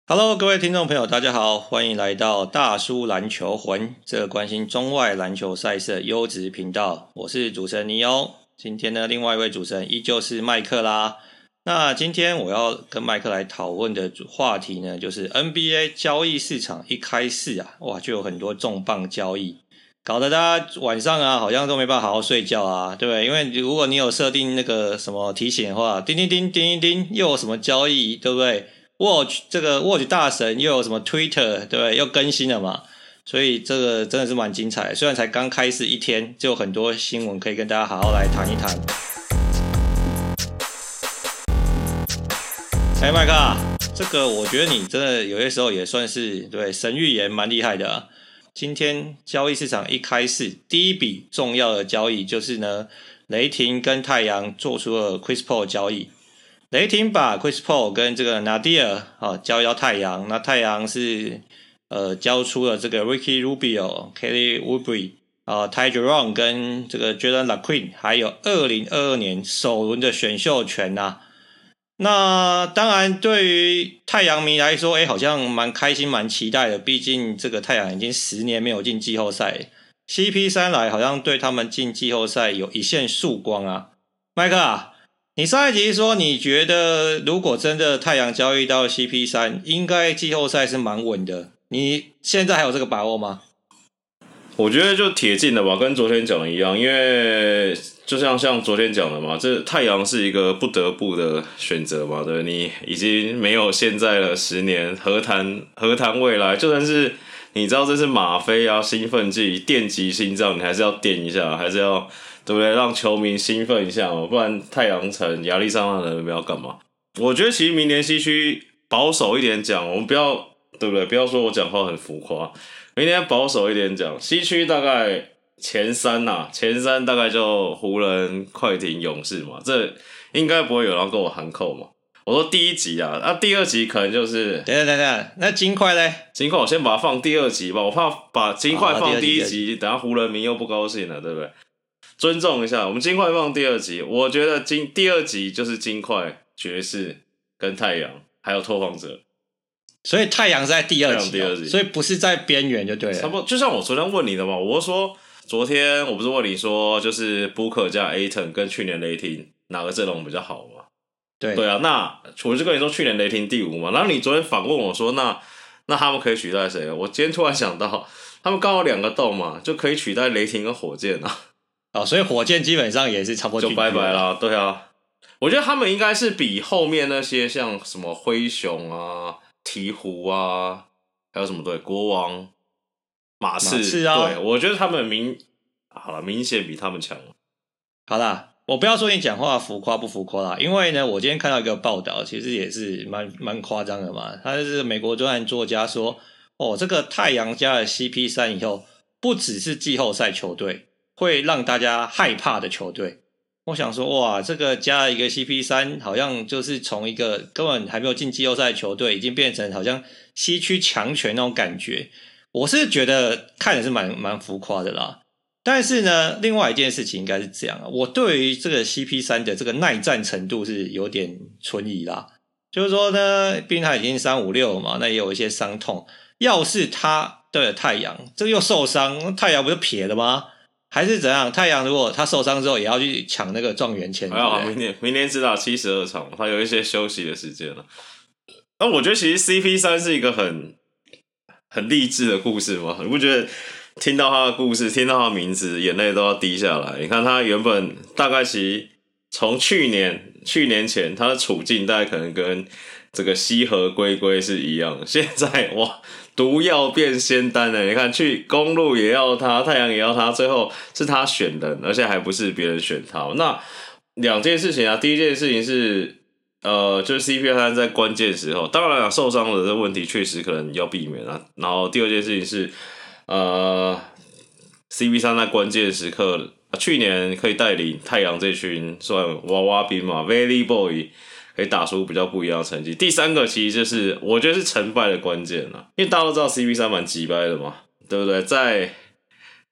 Hello，各位听众朋友，大家好，欢迎来到大叔篮球魂，这个关心中外篮球赛事的优质频道。我是主持人尼欧。今天呢，另外一位主持人依旧是麦克啦。那今天我要跟麦克来讨论的话题呢，就是 NBA 交易市场一开市啊，哇，就有很多重磅交易，搞得大家晚上啊好像都没办法好好睡觉啊，对不对？因为如果你有设定那个什么提醒的话，叮叮叮叮叮叮，又有什么交易，对不对？Watch 这个 Watch 大神又有什么 Twitter 对不对？又更新了嘛，所以这个真的是蛮精彩的。虽然才刚开始一天，就有很多新闻可以跟大家好好来谈一谈。麦克啊，这个我觉得你真的有些时候也算是对神预言蛮厉害的啊。今天交易市场一开始，第一笔重要的交易就是呢，雷霆跟太阳做出了 Chris Paul 交易。雷霆把 Chris Paul 跟这个 Nadir 交易到太阳，那太阳是交出了这个 Ricky Rubio、Kelly Oubre、Ty Jerome 跟这个 Jordan LaQuinn， 还有2022年首轮的选秀权啊。那当然，对于太阳迷来说，好像蛮开心、蛮期待的。毕竟这个太阳已经10年没有进季后赛 ，CP3 来好像对他们进季后赛有一线曙光啊。麦克啊，你上一集说你觉得如果真的太阳交易到 CP3， 应该季后赛是蛮稳的。你现在还有这个把握吗？ 我觉得就铁定的吧，跟昨天讲的一样，因为就像昨天讲的嘛，这太阳是一个不得不的选择嘛，对，你已经没有现在了10年，何谈未来？就算是你知道这是吗啡啊、兴奋剂、电击心脏，你还是要电一下，还是要对不对？让球迷兴奋一下嘛，不然太阳城、亚利桑那人不要干嘛？我觉得其实明年西区保守一点讲，我们不要对不对？不要说我讲话很浮夸。明天保守一点讲，西区大概前三大概就湖人、快艇、勇士嘛，这应该不会有人跟我含扣嘛。我说第一集啊，那第二集可能就是等等，那金块嘞？ 金块我先把它放第二集吧，我怕把金块放第一集，等下湖人迷又不高兴了，对不对？尊重一下，我们金块放第二集，我觉得第二集就是金块、爵士跟太阳，还有拓荒者。 所以太阳是在第二集，所以不是在边缘就对了。 差不多，就像我昨天问你的嘛，我说昨天我不是问你说，就是 Booker 加 Ayton 跟去年雷霆哪个阵容比较好嘛？对啊，那我就跟你说去年雷霆第5嘛，然后你昨天反问我说，那他们可以取代谁？我今天突然想到，他们刚好2个洞嘛，就可以取代雷霆跟火箭啊。 所以火箭基本上也是差不多就拜拜啦。对啊，我觉得他们应该是比后面那些像什么灰熊啊、鹈鹕啊，还有什么队？国王、马刺啊， 对，我觉得他们明显比他们强。 好啦，我不要说你讲话浮夸不浮夸啦，因为呢，我今天看到一个报道，其实也是蛮夸张的嘛。他是美国专栏作家说，这个太阳加了 CP3 以后，不只是季后赛球队，会让大家害怕的球队。我想说，哇，这个加了一个 CP3，好像就是从一个根本还没有进季后赛的球队，已经变成好像西区强权那种感觉。我是觉得看的是蛮浮夸的啦。但是呢，另外一件事情应该是这样啊，我对于这个 CP3 的这个耐战程度是有点存疑啦。就是说呢，毕竟他已经356了嘛，那也有一些伤痛。要是他对了太阳，这个又受伤，太阳不是撇了吗？还是怎样？太阳如果他受伤之后，也要去抢那个状元签。 还好，明年只打72场，他有一些休息的时间了。那我觉得其实 CP3 是一个很励志的故事嘛，你不觉得？听到他的故事，听到他的名字，眼泪都要滴下来。你看他原本大概其实从去年前他的处境，大概可能跟这个西河龟龟是一样的。现在哇，毒药变仙丹了。你看去公路也要他，太阳也要他，最后是他选人，而且还不是别人选他。那2件事情啊，第一件事情是就是 CP3 在关键时候，当然了，受伤的这问题确实可能要避免啊。然后第二件事情是。CP3 在关键时刻，去年可以带领太阳这群算娃娃兵嘛 ，Valley Boy 可以打出比较不一样的成绩。第3个其实就是我觉得是成败的关键啦，因为大家都知道 CP3 蛮鸡掰的嘛，对不对？在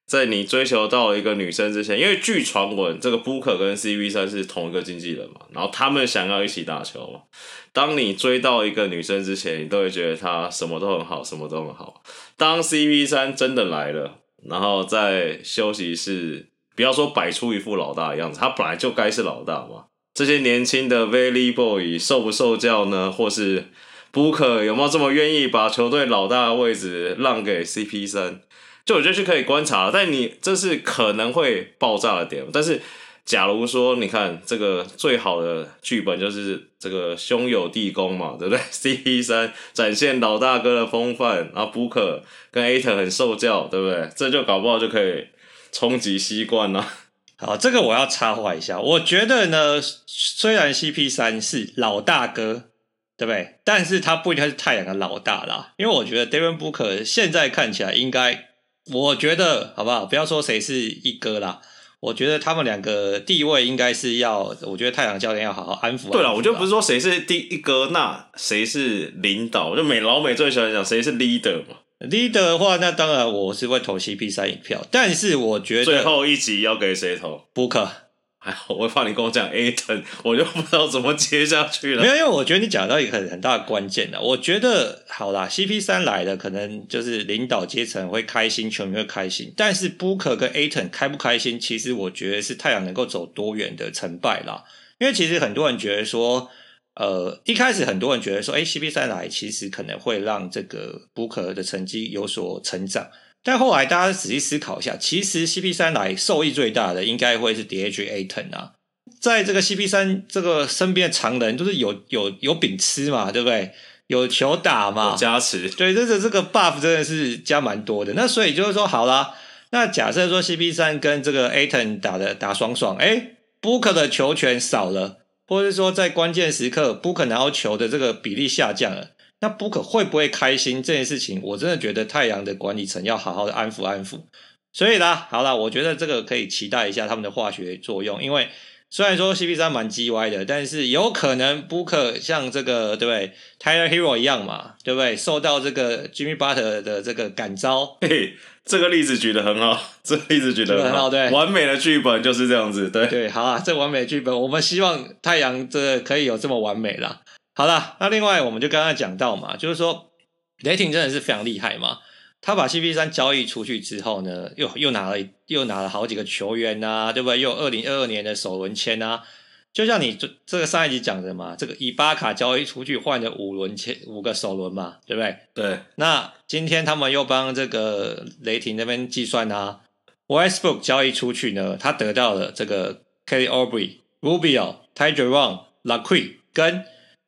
在你追求到一个女生之前，因为据传闻这个 Booker 跟 CP3 是同一个经纪人嘛，然后他们想要一起打球嘛。当你追到一个女生之前，你都会觉得她什么都很好，什么都很好。当 CP3 真的来了，然后在休息室，不要说摆出一副老大的样子，他本来就该是老大嘛。这些年轻的 Valley Boy 受不受教呢？或是 Booker 有没有这么愿意把球队老大的位置让给 CP3？就我觉得是可以观察，但你这是可能会爆炸的点。但是假如说你看这个最好的剧本就是这个兄友弟恭嘛，对不对 ？CP3 展现老大哥的风范，然后 Booker 跟 Ayton 很受教，对不对？这就搞不好就可以冲击西冠了。 好，这个我要插话一下，我觉得呢，虽然 CP3 是老大哥，对不对？但是他不一定是太阳的老大啦，因为我觉得 Devin Booker 现在看起来应该，我觉得好不好？不要说谁是一哥啦，我觉得他们两个地位应该是要，我觉得太阳教练要好好安抚。 对了，我就不是说谁是第一哥，那谁是领导？就老美最喜欢讲谁是 leader 嘛。 leader 的话，那当然我是会投 CP3 一票，但是我觉得最后一集要给谁投 Booker。 还好，我怕你跟我讲 Ayton， 我就不知道怎么接下去了。 没有，因为我觉得你讲到一个很大的关键了。我觉得好啦 ，CP3 来了，可能就是领导阶层会开心，球迷会开心。但是 Booker 跟 Ayton 开不开心，其实我觉得是太阳能够走多远的成败啦。因为其实很多人觉得说，一开始很多人觉得说，CP3 来其实可能会让这个 Booker 的成绩有所成长。但后来大家仔细思考一下，其实 CP3 来受益最大的应该会是 DH Ayton 啊，在这个 CP3 这个身边的常人都是有饼吃嘛，对不对？有球打嘛， 有加持， 对，这个 buff 真的是加蛮多的。那所以就是说，好啦，那假设说 CP3 跟这个 Ayton 打爽爽，Booker 的球权少了，或者是说在关键时刻 Booker 拿到球的这个比例下降了。那 Booker 会不会开心这件事情，我真的觉得太阳的管理层要好好的安抚安抚。所以啦，好啦，我觉得这个可以期待一下他们的化学作用，因为虽然说 CP3 蛮鸡歪的，但是有可能 Booker 像这个对不对 Tyler Hero 一样嘛，对不对？受到这个 Jimmy Butler 的这个感召， 这个例子举得很好，这个例子举得很好， 对， 完美的剧本就是这样子，对对，好啊，这完美的剧本，我们希望太阳这可以有这么完美啦。好啦，那另外我们就刚刚讲到嘛，就是说雷霆真的是非常厉害嘛，他把 CP3 交易出去之后呢，又拿了好几个球员啊，对不对？又有2022年的首轮签啊，就像你这个上一集讲的嘛，这个伊巴卡交易出去换了5个首轮嘛，对不对？ 对。 那今天他们又帮这个雷霆那边计算啊 ，Westbrook 交易出去呢，他得到了这个 Kelly Oubre、Rubio、Ty Jerome、Lacroix 跟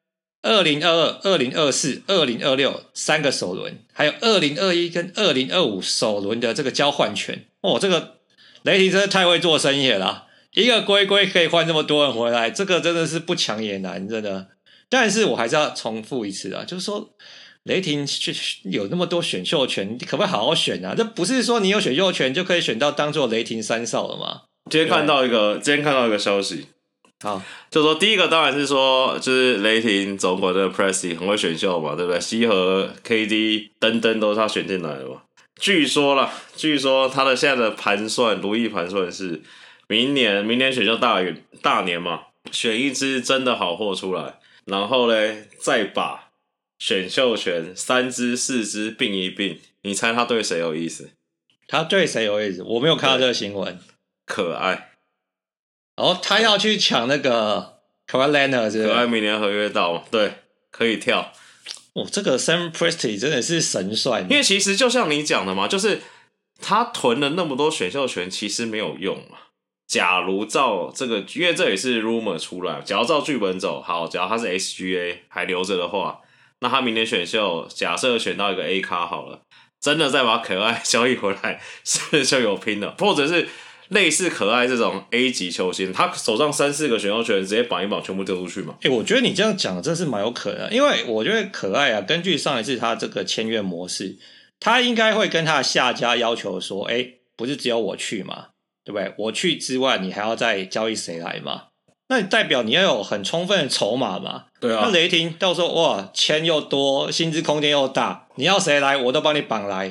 2022、2024、2026 3个首轮，还有2021跟2025首轮的这个交换权。这个雷霆真的太会做生意了啦，一个龟可以换这么多人回来，这个真的是不强也难，真的。但是我还是要重复一次啊，就是说雷霆有那么多选秀权，你可不可以好好选啊？这不是说你有选秀权就可以选到当做雷霆三少了吗？ 今天看到一个消息， 好， 就说第一个当然是说，就是雷霆总管的 Presti 很会选秀嘛，对不对？西河 KD 登都是他选进来的嘛。据说他的现在的盘算，如意盘算是明年选秀大年嘛，选一支真的好货出来，然后嘞再把选秀权3支4支并一并，你猜他对谁有意思？ 他对谁有意思？我没有看到这个新闻。 可爱。 他要去抢那个 Kawhi Leonard 是不是？ 可爱明年合约到嘛？对，可以跳。 这个 Sam Presti 真的是神算， 因为其实就像你讲的嘛，就是他囤了那么多选秀权，其实没有用嘛。假如照这个，因为这也是 rumor 出来，假如照剧本走，好，假如他是 SGA 还留着的话，那他明年选秀假设选到一个 A 咖好了，真的再把可爱交易回来，是不是就有拼了？或者是类似可爱这种 A 级球星，他手上3-4个选秀权直接绑一绑，全部丢出去嘛？ 我觉得你这样讲真是蛮有可能，因为我觉得可爱啊，根据上一次他这个签约模式，他应该会跟他的下家要求说，不是只有我去嘛，对不对？我去之外，你还要再交易谁来嘛？那你代表你要有很充分的筹码嘛？ 对啊。 那雷霆到时候哇，签又多，薪资空间又大，你要谁来我都帮你绑来。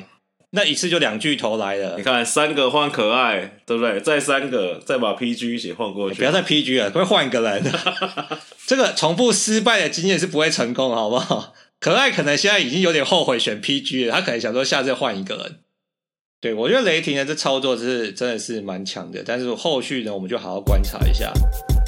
那一次就2巨头来了。 你看3个换可爱，对不对？再3个，再把 PG 一起换过去。 不要再 PG 了，快换一个人。这个重复失败的经验是不会成功，好不好？可爱可能现在已经有点后悔选 PG 了，他可能想说下次换一个人。对，我觉得雷霆的这操作真的是蛮强的，但是后续呢，我们就好好观察一下。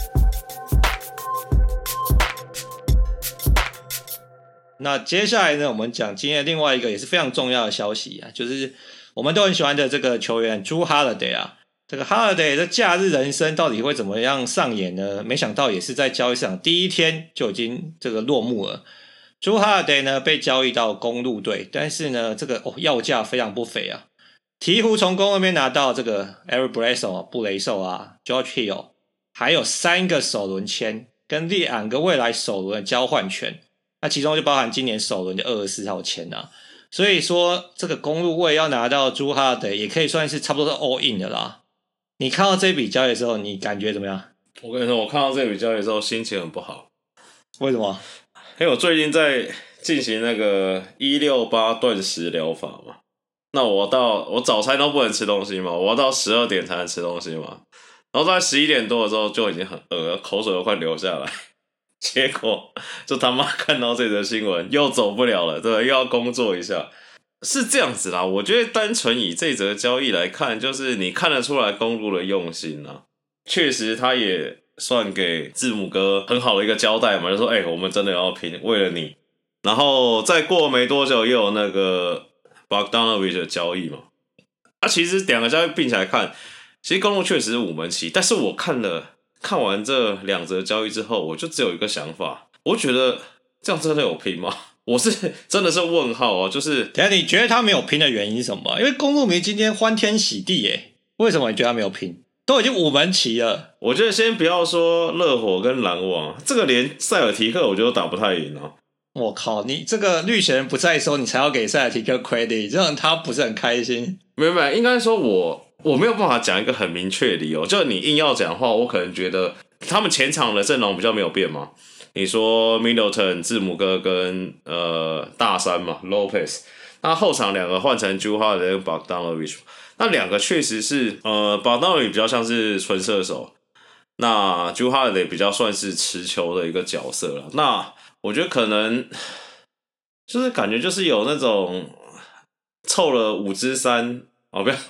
那接下来呢，我们讲今天另外一个也是非常重要的消息啊，就是我们都很喜欢的这个球员Jrue Holiday 啊，这个 Holiday 的假日人生到底会怎么样上演呢？没想到也是在交易市场第一天就已经这个落幕了。Jrue Holiday 呢被交易到公鹿队，但是呢这个要价非常不菲啊。鹈鹕从公鹿那边拿到这个 Eric Bledsoe 布雷兽啊 George Hill， 还有3个首轮签跟2个未来首轮的交换权。那其中就包含今年首轮的24号签啊，所以说这个公鹿队要拿到Jrue Holiday也可以算是差不多是 all in 的啦。你看到这笔交易的时候，你感觉怎么样？ 我跟你说，我看到这笔交易的时候心情很不好。 为什么？ 因为我最近在进行那个168断食疗法嘛，那我早餐都不能吃东西嘛，我要到12点才能吃东西嘛，然后在11点多的时候就已经很饿了，口水都快流下来。结果就他妈看到这则新闻又走不了了，对，又要工作一下，是这样子啦。我觉得单纯以这则交易来看，就是你看得出来公鹿的用心啦，确实他也算给字母哥很好的一个交代嘛，就说我们真的要拼，为了你。然后再过没多久又有那个 Bogdanovic 的交易嘛，其实2个交易并起来看，其实公鹿确实是5门棋，但是我看完这2则交易之后，我就只有一个想法，我觉得这样真的有拼吗？我是真的是问号啊！就是等一下你觉得他没有拼的原因是什么？因为公鹿迷今天欢天喜地耶，为什么你觉得他没有拼？都已经5门棋了。 我觉得先不要说热火跟篮网，这个连塞尔提克我觉得都打不太赢啊。 我靠，你这个绿血人不在的时候，你才要给塞尔提克 credit， 这样他不是很开心？ 没有，应该说我没有办法讲一个很明确的理由，就你硬要讲的话，我可能觉得他们前场的阵容比较没有变嘛。你说 Middleton、字母哥跟大山嘛 Lopez， 那后场2个换成 Jrue Holiday 跟 Bogdanovic， 那2个确实是Bogdanovic 比较像是纯射手，那 Jrue Holiday 比较算是持球的一个角色了。那我觉得可能就是感觉就是有那种凑了5-3。不要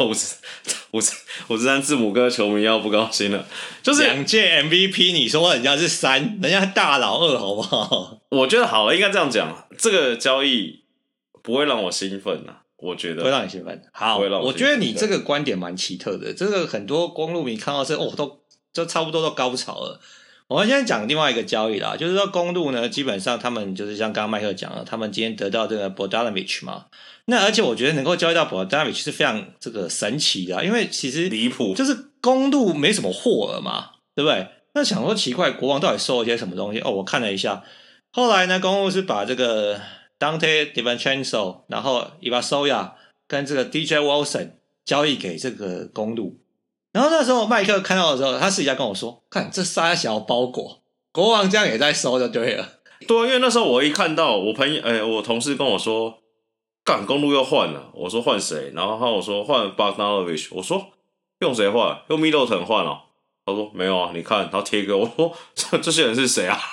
5-3字母哥球迷要不高兴了，就是 2届 MVP， 你说人家是3，人家大老2，好不好？ 我觉得好了，应该这样讲，这个交易不会让我兴奋啊，我觉得不会让你兴奋。好，我觉得你这个观点蛮奇特的，这个很多公鹿迷看到都差不多都高潮了。我们现在讲另外一个交易啦，就是说公鹿呢，基本上他们就是像刚刚麦克讲了，他们今天得到这个 Bogdanovic 嘛，那而且我觉得能够交易到 Bogdanovic 是非常这个神奇的，因为其实离谱， 就是公鹿没什么货了嘛，对不对？那想说奇怪，国王到底收了些什么东西？我看了一下，后来呢，公鹿是把这个 Dante DiVincenzo， 然后 Ibasoya 跟这个 DJ Wilson 交易给这个公鹿。然后那时候麦克看到的时候，他私底下跟我说：“看这沙小包裹，国王这样也在收就对了。” 对，因为那时候我一看到我同事跟我说，干公鹿又换了，我说换谁？然后他我说换 Bogdanovic， 我说用谁换？用 Middleton 换哦。他说没有啊，你看他贴给我说这些人是谁啊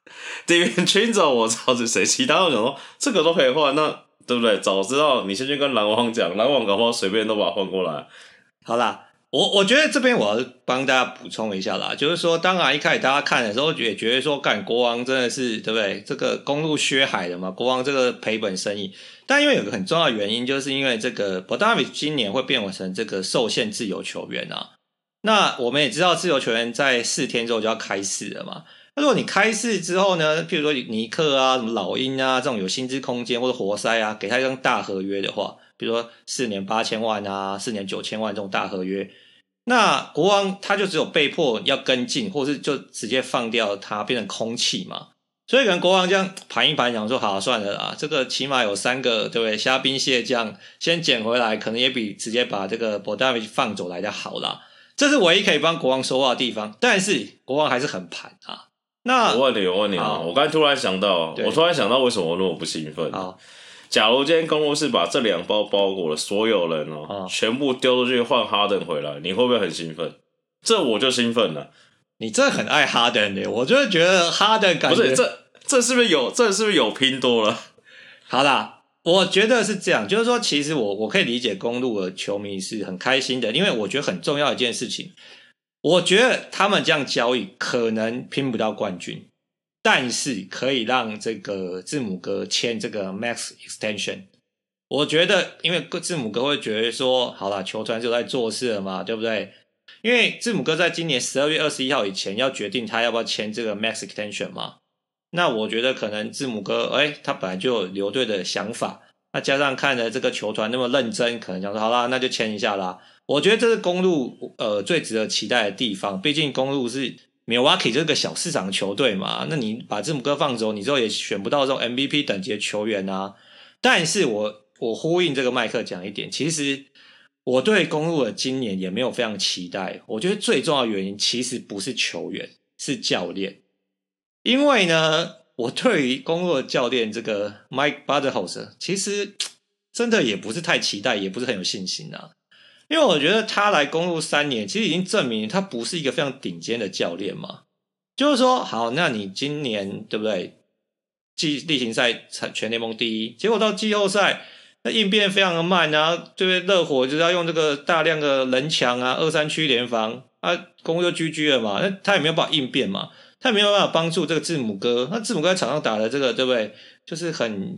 ？DiVincenzo 我知道是谁，其他我想说这个都可以换，那对不对？早知道你先去跟篮网讲，篮网搞不好随便都把它换过来。 好啦。我觉得这边我要帮大家补充一下啦，就是说，当然一开始大家看的时候也觉得说，干国王真的是对不对？这个公路削海的嘛，国王这个赔本生意。但因为有个很重要的原因，就是因为这个 Bogdanovic 今年会变成这个受限自由球员啊。那我们也知道，自由球员在4天之后就要开市了嘛。那如果你开市之后呢，譬如说尼克啊、什么老鹰啊这种有薪资空间或者活塞啊，给他一张大合约的话，比如说4年8000万啊、4年9000万这种大合约。那国王他就只有被迫要跟进，或是就直接放掉他变成空气嘛，所以可能国王这样盘一盘，想说好算了啦，这个起码有3个对不对？虾兵蟹将先捡回来，可能也比直接把这个 Bogdanovic 放走来的好啦。这是唯一可以帮国王说话的地方，但是国王还是很盘啊。那我问你啊，我刚才突然想到为什么我那么不兴奋？ 好， 假如今天公路是把这2包包裹的所有人全部丢出去换哈登回来，你会不会很兴奋？这我就兴奋了。 你真的很爱哈登的，我就会觉得哈登感觉不是这是不是有拼多了？ 好啦，我觉得是这样，就是说，其实我可以理解公鹿的球迷是很开心的，因为我觉得很重要的一件事情，我觉得他们这样交易可能拼不到冠军，但是可以让这个字母哥签这个 max extension。我觉得，因为字母哥会觉得说，好啦，球团就在做事了嘛，对不对？因为字母哥在今年12月21号以前要决定他要不要签这个 max extension 嘛。那我觉得可能字母哥，他本来就有留队的想法，那加上看着这个球团那么认真，可能想说好啦，那就签一下啦。我觉得这是公鹿最值得期待的地方，毕竟公鹿是 Milwaukee 这个小市场球队嘛，那你把字母哥放走，你之后也选不到这种 MVP 等级的球员啊。但是我呼应这个麦克讲一点，其实我对公鹿的今年也没有非常期待，我觉得最重要的原因其实不是球员，是教练。因为呢，我对于公鹿的教练这个 Mike Budenholzer 其实真的也不是太期待，也不是很有信心啊。因为我觉得他来公鹿3年，其实已经证明他不是一个非常顶尖的教练嘛。就是说，好，那你今年对不对？例行赛全联盟第1，结果到季后赛那应变非常的慢啊，对不对？热火就是要用这个大量的人墙啊，2-3区联防啊，公鹿就 GG 了嘛，那他也没有办法应变嘛。他也没有办法帮助这个字母哥，那字母哥在场上打的这个，对不对？就是很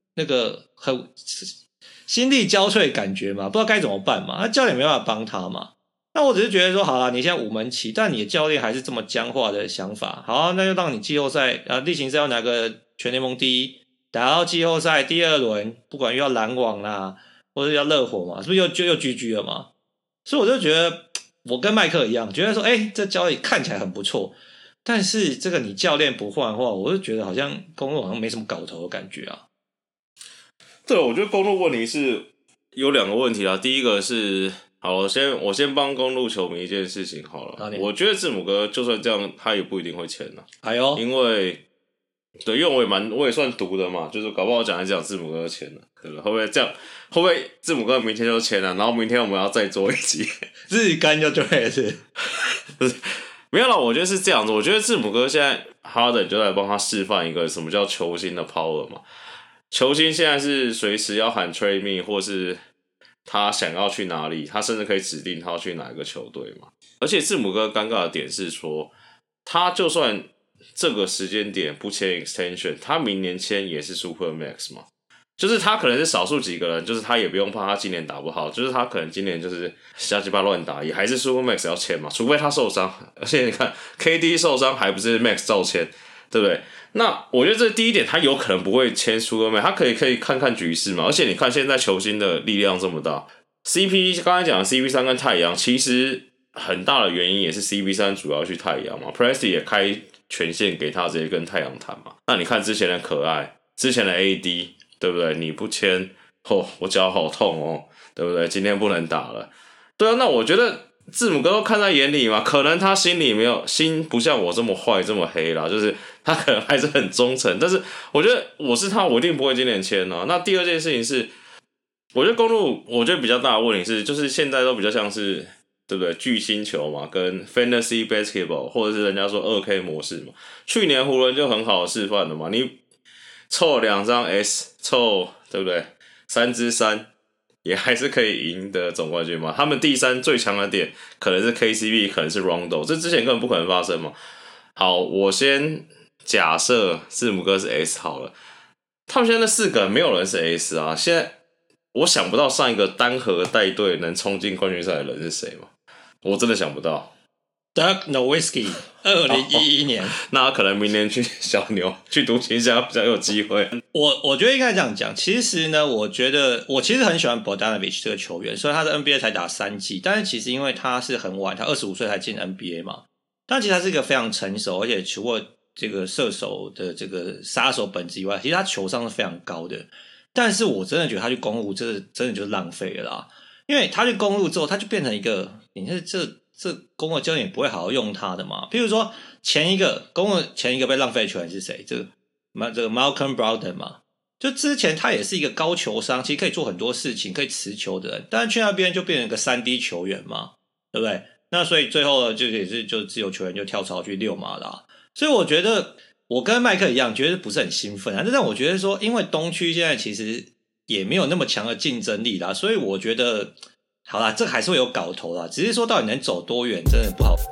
心力交瘁的感觉嘛，不知道该怎么办嘛。那教练没办法帮他嘛。那我只是觉得说，好啦，你现在5门旗，但你的教练还是这么僵化的想法，好，那就让你季后赛例行赛要拿个全联盟第1，打到季后赛第2轮，不管又要篮网啦，或者要热火嘛，是不是又 GG 了嘛？所以我就觉得，我跟麦克一样，觉得说，这交易看起来很不错。但是这个你教练不换的话，我就觉得好像公鹿好像没什么搞头的感觉啊。 对，我觉得公鹿问题是有2个问题啦。第一个是，好，我先帮公鹿球迷一件事情好了。我觉得字母哥就算这样，他也不一定会签啦。 哎呦， 因为我也算读的嘛，就是搞不好讲一讲字母哥签了，对吧？会不会这样？会不会字母哥明天就签了，然后明天我们要再做一集日干就对了是？ 不是。没有啦，我觉得是这样子。我觉得字母哥现在哈登就来帮他示范一个什么叫球星的 power 嘛。球星现在是随时要喊 trade me， 或是他想要去哪里，他甚至可以指定他要去哪一个球队嘛。而且字母哥尴尬的点是说，他就算这个时间点不签 extension， 他明年签也是 super max 嘛。就是他可能是少数几个人，就是他也不用怕他今年打不好，就是他可能今年就是瞎鸡巴乱打，也还是 Super Max 要签嘛，除非他受伤。而且你看 KD 受伤还不是 Max 照签，对不对？那我觉得这第一点，他有可能不会签 Super Max， 他可以看看局势嘛。而且你看现在球星的力量这么大 ，CP 刚才讲的 CP3 跟太阳，其实很大的原因也是 CP3 主要去太阳嘛 ，Presti 也开权限给他直接跟太阳谈嘛。那你看之前的可爱，之前的 AD。对不对？你不签，我脚好痛哦，对不对？今天不能打了。对啊，那我觉得字母哥都看在眼里嘛，可能他心里没有心不像我这么坏这么黑啦，就是他可能还是很忠诚。但是我觉得我是他，我一定不会今年签啊。那第二件事情是，我觉得公鹿，我觉得比较大的问题是，就是现在都比较像是对不对？巨星球嘛，跟 Fantasy Basketball 或者是人家说2K 模式嘛，去年湖人就很好的示范了嘛，你。凑2张 S， 凑对不对？3支3也还是可以赢得总冠军嘛。他们第3最强的点可能是 KCP， 可能是 Rondo， 这之前根本不可能发生嘛。好，我先假设字母哥是 S 好了，他们现在那4个人没有人是 S 啊。现在我想不到上一个单核带队能冲进冠军赛的人是谁嘛？我真的想不到。 Dirk Nowitzki 2011年那可能明年去小牛去独行侠比较有机会。 我觉得应该这样讲。其实呢，我觉得我其实很喜欢 Bogdanovic 这个球员，所以他在 NBA 才打3季，但是其实因为他是很晚，他25岁才进 NBA 嘛。但其实他是一个非常成熟，而且除了这个射手的这个杀手本质以外，其实他球商是非常高的。但是我真的觉得他去公鹿，真的就是浪费了啦。因为他去公鹿之后，他就变成一个，你看这公鹿教练也不会好好用他的嘛。譬如说前一个被浪费的球员是谁？这个 Malcolm Brogdon 嘛， 就之前他也是一个高球商，其实可以做很多事情，可以持球的人，但是去那边就变成一个3D 球员嘛，对不对？那所以最后呢，就也是就自由球员就跳槽去溜马啦。所以我觉得我跟麦克一样，觉得不是很兴奋啊。但我觉得说，因为东区现在其实也没有那么强的竞争力啦，所以我觉得好啦，这还是会有搞头啦，只是说到底能走多远，真的不好。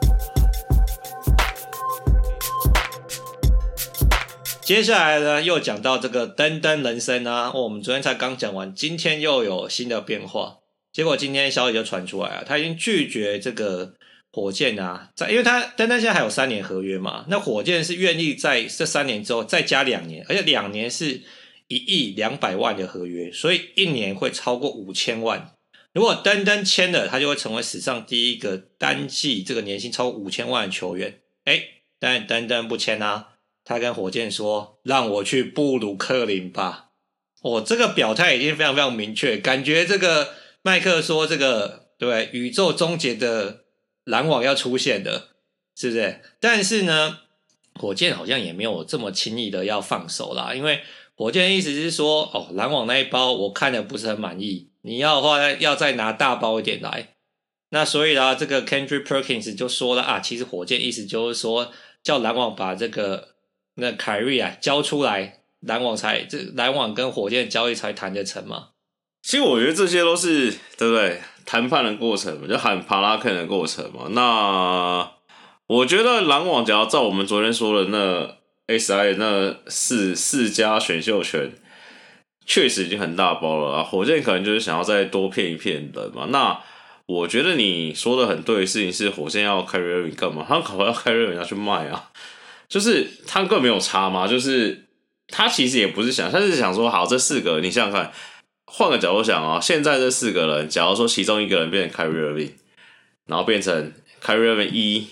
接下来呢，又讲到这个登登人生啊，我们昨天才刚讲完，今天又有新的变化。结果今天消息就传出来了，他已经拒绝这个火箭啊，因为他登登现在还有3年合约嘛，那火箭是愿意在这3年之后再加2年，而且2年是1.2亿的合约，所以1年会超过5000万。如果登登签了，他就会成为史上第一个单季这个年薪超过5000万的球员。但登登不签啊。他跟火箭说让我去布鲁克林吧。这个表态已经非常非常明确，感觉这个麦克说这个对宇宙终结的篮网要出现的，是不是？但是呢，火箭好像也没有这么轻易的要放手啦，因为火箭的意思是说篮网那一包我看的不是很满意，你要的话要再拿大包一点来。那所以啦，这个 Kendrick Perkins 就说了其实火箭意思就是说叫篮网把这个那凯瑞交出来，篮网跟火箭的交易才谈得成嘛。 其实我觉得这些都是对不对？谈判的过程嘛，就喊帕拉肯的过程嘛。那我觉得篮网只要照我们昨天说的那 SI 那四家选秀权，确实已经很大包了啊。火箭可能就是想要再多骗一骗人嘛。那我觉得你说的很对的事情是，火箭要凯瑞干嘛？他们搞不好要凯瑞要去卖啊。就是他根本没有差嘛，就是他其实也不是想，他是想说，好，这4个你想想看，换个角度想啊，现在这4个人，假如说其中一个人变成 Kyrie Irving， 然后变成 Kyrie Irving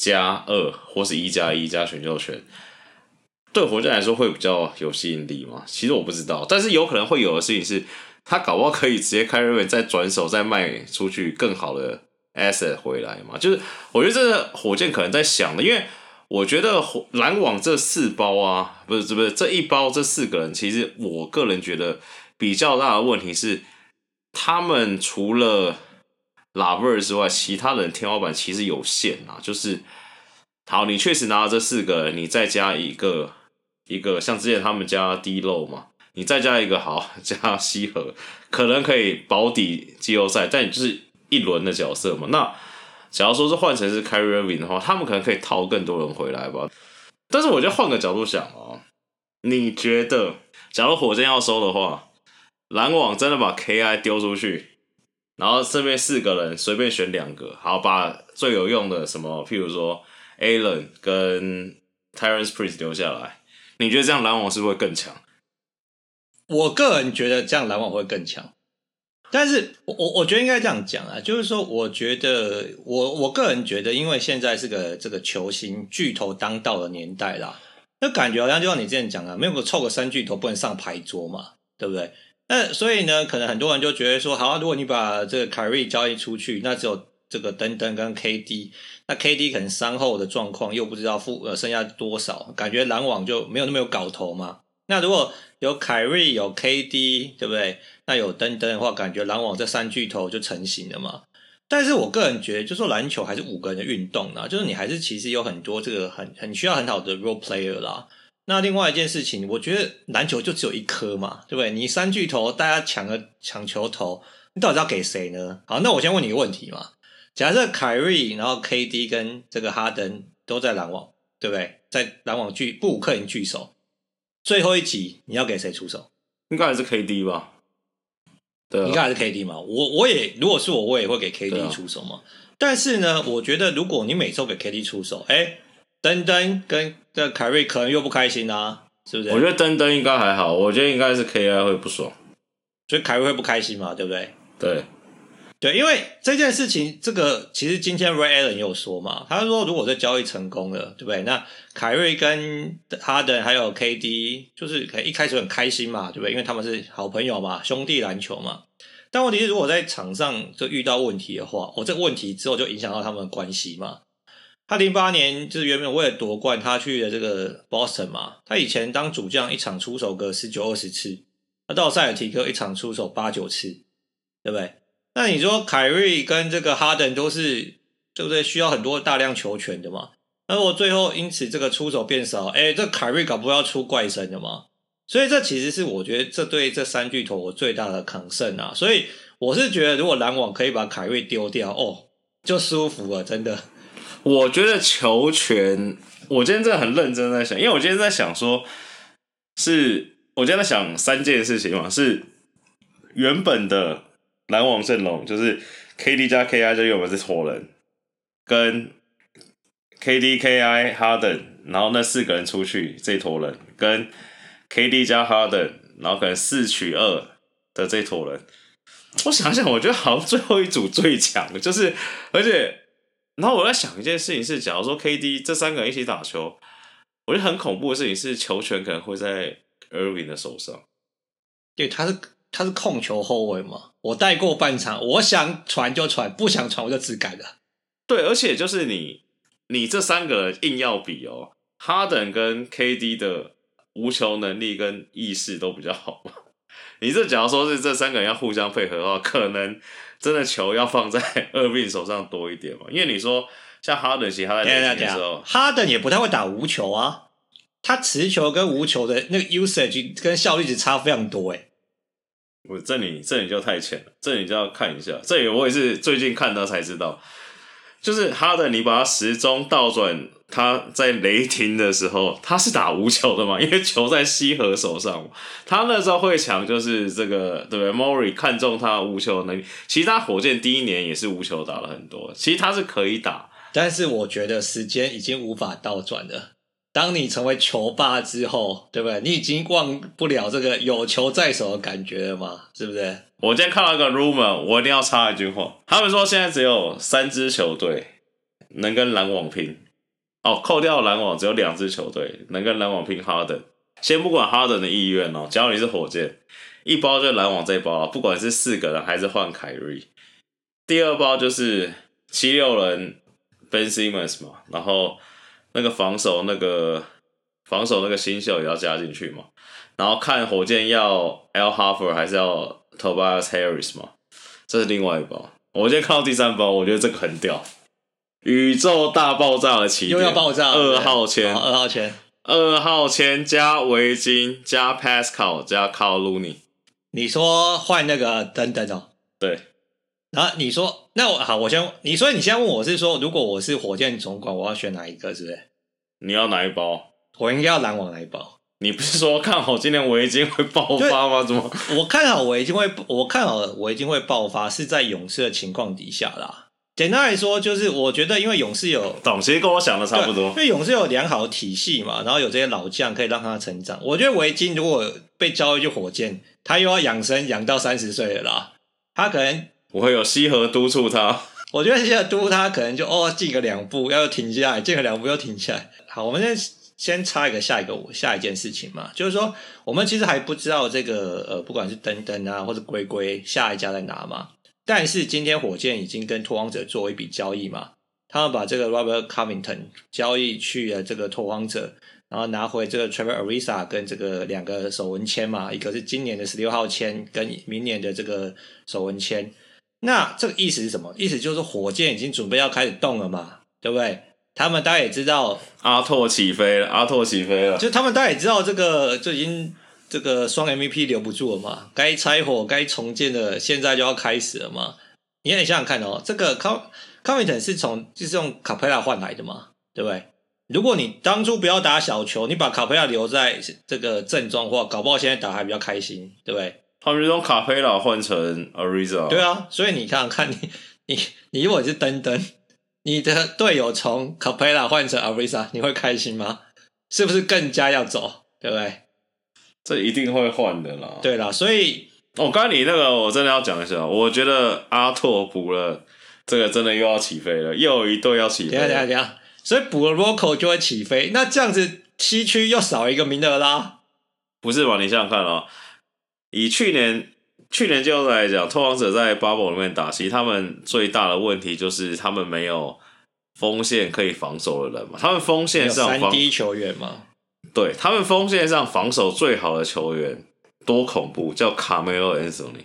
1+2或是1+1加选秀权，对火箭来说会比较有吸引力吗？其实我不知道，但是有可能会有的事情是，他搞不好可以直接 Kyrie Irving 再转手再卖出去更好的 asset 回来嘛，就是我觉得这个火箭可能在想的，因为我觉得篮网这4包啊，不是这一包这4个人，其实我个人觉得比较大的问题是，他们除了LeVert之外，其他人天花板其实有限啊。就是好，你确实拿了这4个人，你再加一个像之前他们加 D-Lo 嘛，你再加一个好加西河，可能可以保底季后赛，但你就是1轮的角色嘛。那假如说是换成是 Kyrie Irving 的话，他们可能可以套更多人回来吧。但是我觉得换个角度想你觉得假如火箭要收的话，篮网真的把 KI 丢出去，然后这边4个人随便选2个，好，把最有用的什么，譬如说 Allen 跟 Terrence Prince 留下来，你觉得这样篮网是不是会更强？ 我个人觉得这样篮网会更强。但是我觉得应该这样讲就是说我觉得我个人觉得，因为现在是个这个球星巨头当道的年代啦，那感觉好像就像你之前讲没有个凑个3巨头不能上牌桌嘛，对不对？那所以呢，可能很多人就觉得说，好，如果你把这个凯瑞交易出去，那只有这个登登跟 KD， 那 KD 可能伤后的状况又不知道剩下多少，感觉篮网就没有那么有搞头嘛。那如果有凯瑞有 KD 对不对？那有登登的话，感觉篮网这3巨头就成型了嘛。但是我个人觉得，就说篮球还是5个人的运动啦，就是你还是其实有很多这个很需要很好的 role player 啦。那另外一件事情，我觉得篮球就只有一颗嘛，对不对？你3巨头大家抢球头，你到底要给谁呢？好，那我先问你一个问题嘛。假设凯瑞然后 KD 跟这个哈登都在篮网，对不对？在篮网布鲁克林聚首，最后一集你要给谁出手？ 应该还是 KD 吧。对啊， 应该还是 KD 嘛。我也如果是我也会给 KD 出手嘛。但是呢，我觉得如果你每周给 KD 出手，登登跟凯瑞可能又不开心啊，是不是？ 我觉得登登应该还好，我觉得应该是 KI 会不爽， 所以凯瑞会不开心嘛，对不对？ 对， 因为这件事情，这个其实今天 Ray Allen 也有说嘛，他说如果这交易成功了，对不对？那凯瑞跟哈登还有 KD 就是可能一开始很开心嘛，对不对？因为他们是好朋友嘛，兄弟篮球嘛。但问题是，如果在场上就遇到问题的话，这个问题之后就影响到他们的关系嘛。他08年就是原本为了夺冠，他去了这个 Boston 嘛。他以前当主将一场出手个19-20次， 那到塞尔提克一场出手8-9次，对不对？那你说凯瑞跟这个哈登都是对不对？需要很多大量球权的嘛？那如果最后因此这个出手变少，这凯瑞搞不好要出怪声的嘛？所以这其实是我觉得这对这三巨头我最大的concern啊。所以我是觉得如果篮网可以把凯瑞丢掉，就舒服了，真的。 我觉得球权，我今天真的很认真在想，因为我今天在想说，我今天在想3件事情嘛，是原本的篮网阵容，就是 KD 加 KI 就原本是活人，跟 KD、KI、Harden， 然后那4个人出去这坨人，跟 KD 加 Harden， 然后可能4取2的这坨人。我想想，我觉得好像最后一组最强，就是而且。然后我在想一件事情是，假如说 KD 这3个人一起打球，我觉得很恐怖的事情是球权可能会在 Irving 的手上。 对，他是控球后卫嘛，我带过半场，我想传就传，不想传我就只改了。 对，而且就是你这3个人硬要比Harden 跟 KD 的无球能力跟意识都比较好嘛。你假如说是这3个人要互相配合的话，可能真的球要放在Irving手上多一点嘛。因为你说像 Harden 其实他在雷霆的时候 ，Harden 也不太会打无球啊，他持球跟无球的那个 usage 跟效率值差非常多这你就太浅了，这你就要看一下。这里我也是最近看到才知道，就是Harden你把他时钟倒转，他在雷霆的时候他是打无球的嘛，因为球在西河手上嘛。他那时候会强就是这个对不对 ？Murray 看中他无球能力，其实他火箭第1年也是无球打了很多，其实他是可以打， 但是我觉得时间已经无法倒转了。当你成为球霸之后，对不对？你已经忘不了这个有球在手的感觉了嘛，是不是？ 我今天看到一个 rumor， 我一定要插一句话，他们说现在只有3支球队能跟篮网拼。扣掉篮网只有2支球队能跟篮网拼 Harden。先不管 Harden 的意愿假如你是火箭，一包就是篮网这一包不管是4个人还是换凯瑞。第2包就是76人 Ben Simmons 嘛，然后那个防守那个新秀也要加进去嘛，然后看火箭要 Al Horford 还是要 Tobias Harris 嘛，这是另外一包。我今天看到第3包，我觉得这个很屌。宇宙大爆炸的起点， 又要爆炸 2号签 ，2号签加维金加 Pascal 加 Kyle Looney。 你说换那个等等对。 然后你说，那我先，所以你现在问我是说，如果我是火箭总管，我要选哪一个，是不是？ 你要哪一包？ 我应该要篮网哪一包？ 你不是说看好今年维金会爆发吗？怎么？ 我看好维金会爆发，是在勇士的情况底下啦。简单来说，就是我觉得，因为勇士其实跟我想的差不多。 因为勇士有良好的体系嘛，然后有这些老将可以让他成长。我觉得维金如果被交易去火箭，他又要养生养到30岁了啦，他可能我会有西河督促他。 我觉得西河督促他可能就进个2步，要停下来，进个2步又停下来。好，我们先插下一件事情嘛，就是说我们其实还不知道这个不管是登登啊或者龟龟下一家在哪嘛。但是今天火箭已经跟拓荒者做一笔交易嘛，他们把这个 Robert Covington 交易去了这个拓荒者，然后拿回这个 Trevor Ariza 跟这个2个首轮签嘛，一个是今年的16号签跟明年的这个首轮签。那这个意思是什么？意思就是火箭已经准备要开始动了嘛，对不对？他们大家也知道阿拓起飞了， 就他们大家也知道这个就已经这个双 MVP 留不住了嘛，该拆伙该重建的现在就要开始了嘛。你想想看这个 Covington 就是用卡佩拉换来的嘛，对不对？如果你当初不要打小球，你把卡佩拉留在这个正中的话，搞不好现在打还比较开心，对不对？ 他们就用卡佩拉换成 Ariza。 对啊，所以你看看你如果是登登，你的队友从卡佩拉换成 Ariza， 你会开心吗？是不是更加要走，对不对？ 这一定会换的啦。 对啦，所以刚才你那个我真的要讲一下，我觉得阿拓补了这个真的又要起飞了，又有一队要起飞了。 等一下，所以补了 Rocco 就会起飞，那这样子西区又少一个名额啦。 不是吧？你想想看以去年季后赛来讲，拓荒者在 Bubble 里面打，其实他们最大的问题就是他们没有锋线可以防守的人嘛，他们锋线上有3D 球员嘛。 对，他们锋线上防守最好的球员多恐怖，叫 Carmelo Anthony。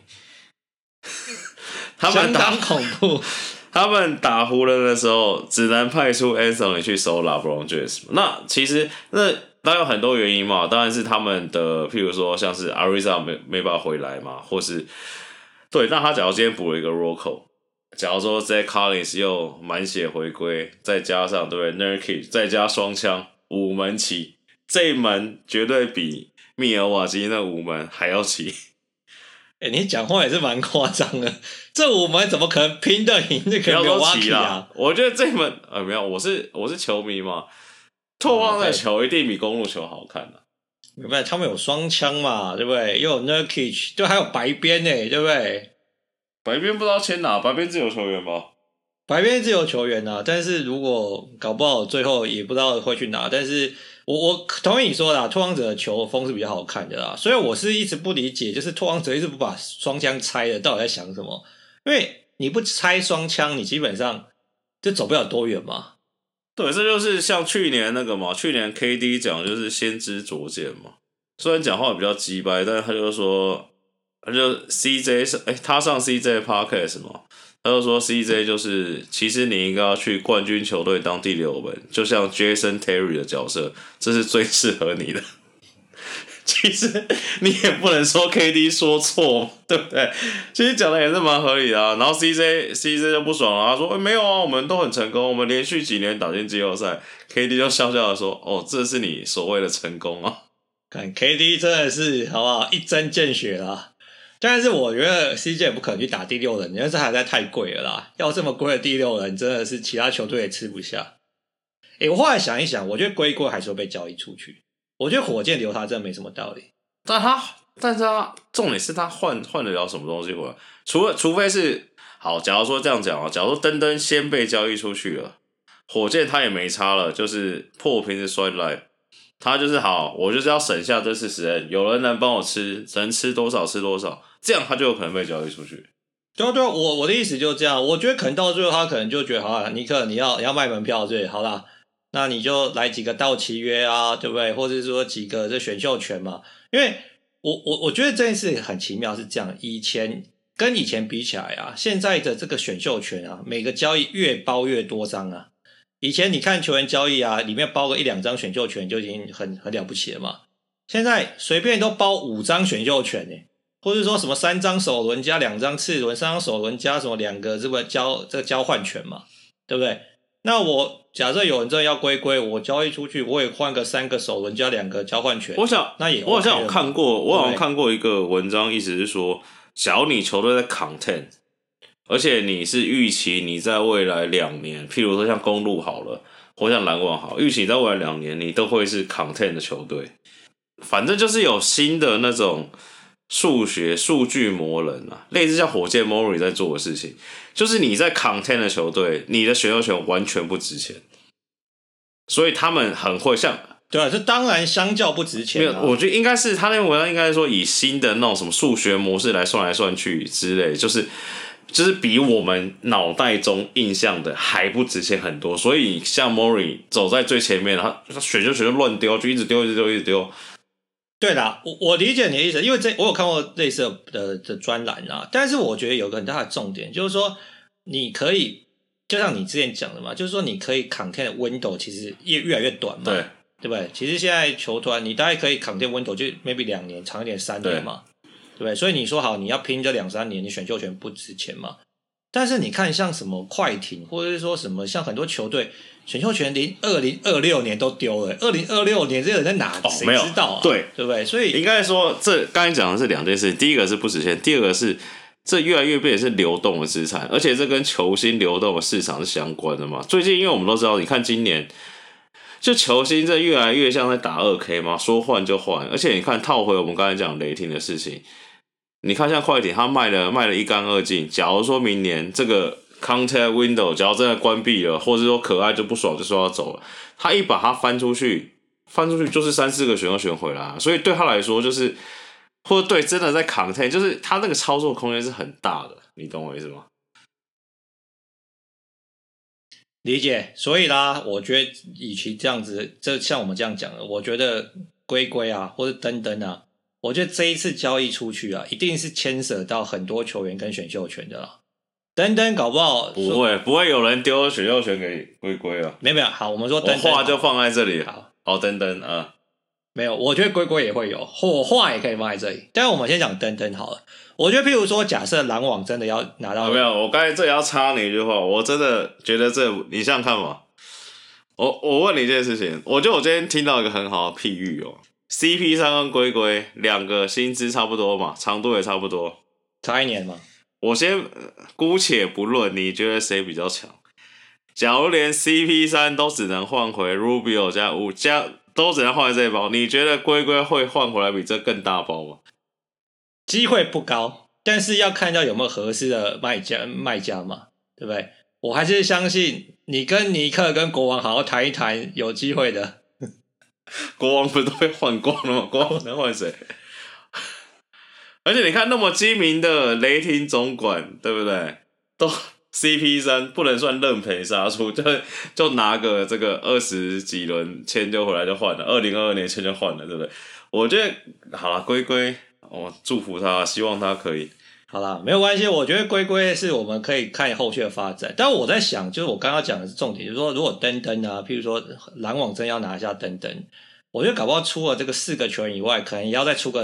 相当恐怖。 他们打湖人的时候，只能派出 Anthony 去守 LeBron James。那其实那当然有很多原因嘛，当然是他们的，譬如说像是 Ariza 没办法回来嘛，或是对，那他假如今天补了一个 Rocco， 假如说 Zach Collins 又满血回归，再加上对不对 Nurkic 再加双枪5门起，这一门绝对比密尔瓦基那5门还要起。 你讲话也是蛮夸张的，这5门怎么可能拼得赢那个 Milwaukee 啊？ 我觉得这门没有，我是球迷嘛，拓荒的球一定比公路球好看啊。 明白，他们有双枪嘛，对不对？又有 Nurkic， 就还有白边对不对？ 白边不知道签哪，白边自由球员吧？ 白边自由球员啊，但是如果搞不好最后也不知道会去哪，但是我同意你说的啦，拓荒者的球风是比较好看的啦，所以我是一直不理解，就是拓荒者一直不把双枪拆了，到底在想什么？因为你不拆双枪，你基本上就走不了多远嘛。 对，这就是像去年那个嘛，去年 KD 讲就是先知灼见嘛，虽然讲话比较鸡掰，但是他就说，他就 CJ 是他上 CJ Podcast 嘛。他就说 CJ 就是其实你应该要去冠军球队当第6门，就像 Jason Terry 的角色，这是最适合你的。其实你也不能说 KD 说错，对不对？其实讲的也是蛮合理的啊。然后 CJ 就不爽了，他说、没有啊，我们都很成功，我们连续几年打进季后赛。KD 就笑笑的说，哦，这是你所谓的成功啊。 看 KD 真的是好不好，一针见血啦。但是我觉得 CJ 也不可能去打第6人，因为这还在太贵了啦。要这么贵的第6人，真的是其他球队也吃不下。我后来想一想，我觉得龟龟还是会被交易出去。我觉得火箭留他真的没什么道理。 但是他重点是他换得了什么东西回来？除非是好，假如说这样讲啊，假如说登登先被交易出去了，火箭他也没差了，就是破瓶子摔烂。他就是好，我就是要省下这40人，有人能帮我吃，能吃多少吃多少，这样他就有可能被交易出去。 对啊，我的意思就是这样。我觉得可能到最后他可能就觉得，好啦，尼克你要卖门票对，好啦，那你就来几个到期约啊，对不对？或者是说几个这选秀权嘛。因为我觉得这件事很奇妙，是这样，跟以前比起来啊，现在的这个选秀权啊，每个交易越包越多张啊。以前你看球员交易啊，里面包个1-2张选秀权就已经很了不起了嘛。现在随便都包5张选秀权或者说什么3张首轮加2张次轮，3张首轮加什么2个这个交换权嘛，对不对？那我假设有人真的要归，我交易出去，我也换个3个首轮加2个交换权。 我想那也 OK 我好像有看过，我好像看过一个文章，意思是说，假如你球队在 content。而且你是预期你在未来2年，譬如说像公路好了，或像篮网好，预期在未来2年你都会是 content 的球队。反正就是有新的那种数据魔人啊，类似像火箭 Murray 在做的事情，就是你在 content 的球队，你的选秀权完全不值钱，所以他们很会像。 对啊，这当然相较不值钱我觉得应该是他那篇文章应该是说以新的那种什么数学模式来算去之类，就是比我们脑袋中印象的还不值钱很多，所以像 Murray 走在最前面，他选就乱丢，就一直丢。 对啦，我理解你的意思，因为我有看过类似的专栏啊，但是我觉得有个很大的重点，就是说你可以就像你之前讲的嘛，就是说你可以 content 的 window 其实越来越短嘛，对不对？其实现在球团你大概可以 content window 就 maybe 2年，长一点3年嘛。对不对？所以你说好你要拼这2-3年，你选秀权不值钱嘛？但是你看像什么快艇，或者是说什么像很多球队选秀权连2026年都丢了，2026年这个人在哪？谁知道啊？ 对不对？所以应该说这刚才讲的是2件事，第一个是不值钱，第二个是这越来越变成是流动的资产，而且这跟球星流动的市场是相关的嘛。最近因为我们都知道，你看今年。就球星这越来越像在打2K 嘛，说换就换，而且你看套回我们刚才讲雷霆的事情，你看像快艇，他卖了一干二净。假如说明年这个 contact window 假如真的关闭了，或者说可爱就不爽就说要走了，他一把它翻出去就是3-4个选秀权回来，所以对他来说就是，或者对真的在 contact， 就是他那个操作空间是很大的，你懂我意思吗？ 理解，所以啦，我觉得与其这样子，像我们这样讲的，我觉得龟啊，或者登啊， 我觉得这一次交易出去啊，一定是牵涉到很多球员跟选秀权的啦。登登搞不好不会有人丢选秀权给龟龟啊。 没有，好，我们说登登话就放在这里。 好， 登登啊， 没有，我觉得龟龟也会有，或话也可以放在这里。但是我们先讲登登好了。我觉得，譬如说，假设篮网真的要拿到， 没有，我刚才这里要插你一句话，我真的觉得你想想看嘛。我问你一件事情，我今天听到一个很好的譬喻哦 ，CP3 跟龟龟两个薪资差不多嘛，长度也差不多， 差1年嘛。我先姑且不论，你觉得谁比较强？假如连 CP3 都只能换回 Rubio 加都只能换回这一包，你觉得龟龟会换回来比这更大包吗？ 机会不高，但是要看到有没有合适的卖家嘛，对不对？我还是相信你跟尼克跟国王好好谈一谈，有机会的。 国王不是都被换光了吗？国王能换谁？而且你看那么精明的雷霆总管，对不对？都 CP3 不能算认赔杀出，就拿个这个20几轮签就回来就换了，2022年签就换了，对不对？我觉得好了，龟龟，我祝福他，希望他可以。 好啦，没有关系，我觉得龟龟是我们可以看后续的发展。但我在想，就是我刚刚讲的是重点，就是说如果登登啊，譬如说篮网真要拿下登登，我觉得搞不好出了这个4个球员以外，可能也要再出个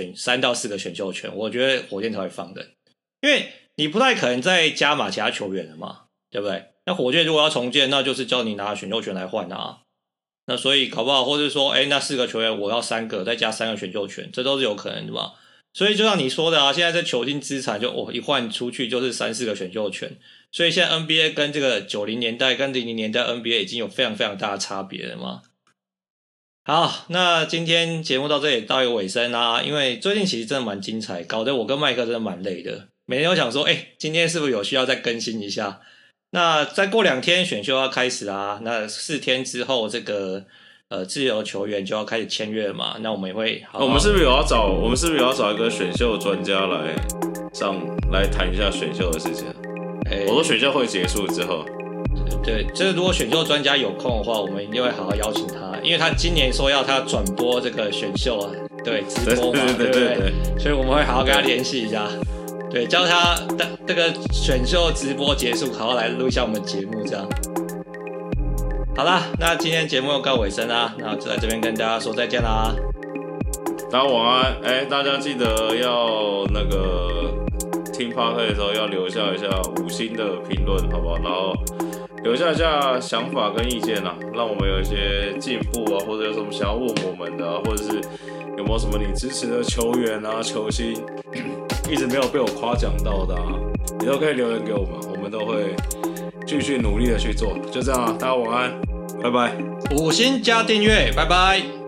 3到4个选秀权，我觉得火箭才会放人，因为你不太可能再加码其他球员了嘛，对不对？那火箭如果要重建，那就是叫你拿选秀权来换啊。那所以搞不好，或者说，那4个球员我要3个，再加3个选秀权，这都是有可能的嘛。所以就像你说的啊，现在这球星资产就一换出去就是3-4个选秀权，所以现在 NBA 跟这个90年代跟00年代 NBA 已经有非常非常大的差别了嘛。好，那今天节目到这里到一个尾声啦，因为最近其实真的蛮精彩，搞得我跟麦克真的蛮累的，每天都想说，今天是不是有需要再更新一下？那再过2天选秀要开始啦，那4天之后这个自由球员就要开始签约嘛，那我们也会好好， 我们是不是有要找一个选秀专家来谈一下选秀的事情？我说选秀会结束之后， 对，这如果选秀专家有空的话，我们一定会好好邀请他，因为他今年说要他转播这个选秀啊，对，直播嘛，对不对？所以我们会好好跟他联系一下，对，叫他这个选秀直播结束，好好来录一下我们节目这样。好啦，那今天节目又告尾声啦，那就在这边跟大家说再见啦。 大家晚安，大家记得要那个听 Podcast 的时候要留下一下5星的评论，好不好？然后留下一下想法跟意见啦，让我们有一些进步啊，或者有什么想要问我们的啊，或者是有没有什么你支持的球员啊、球星一直没有被我夸奖到的啊，你都可以留言给我们，我们都会继续努力的去做。就这样啊，大家晚安，拜拜。 5星加订阅，拜拜。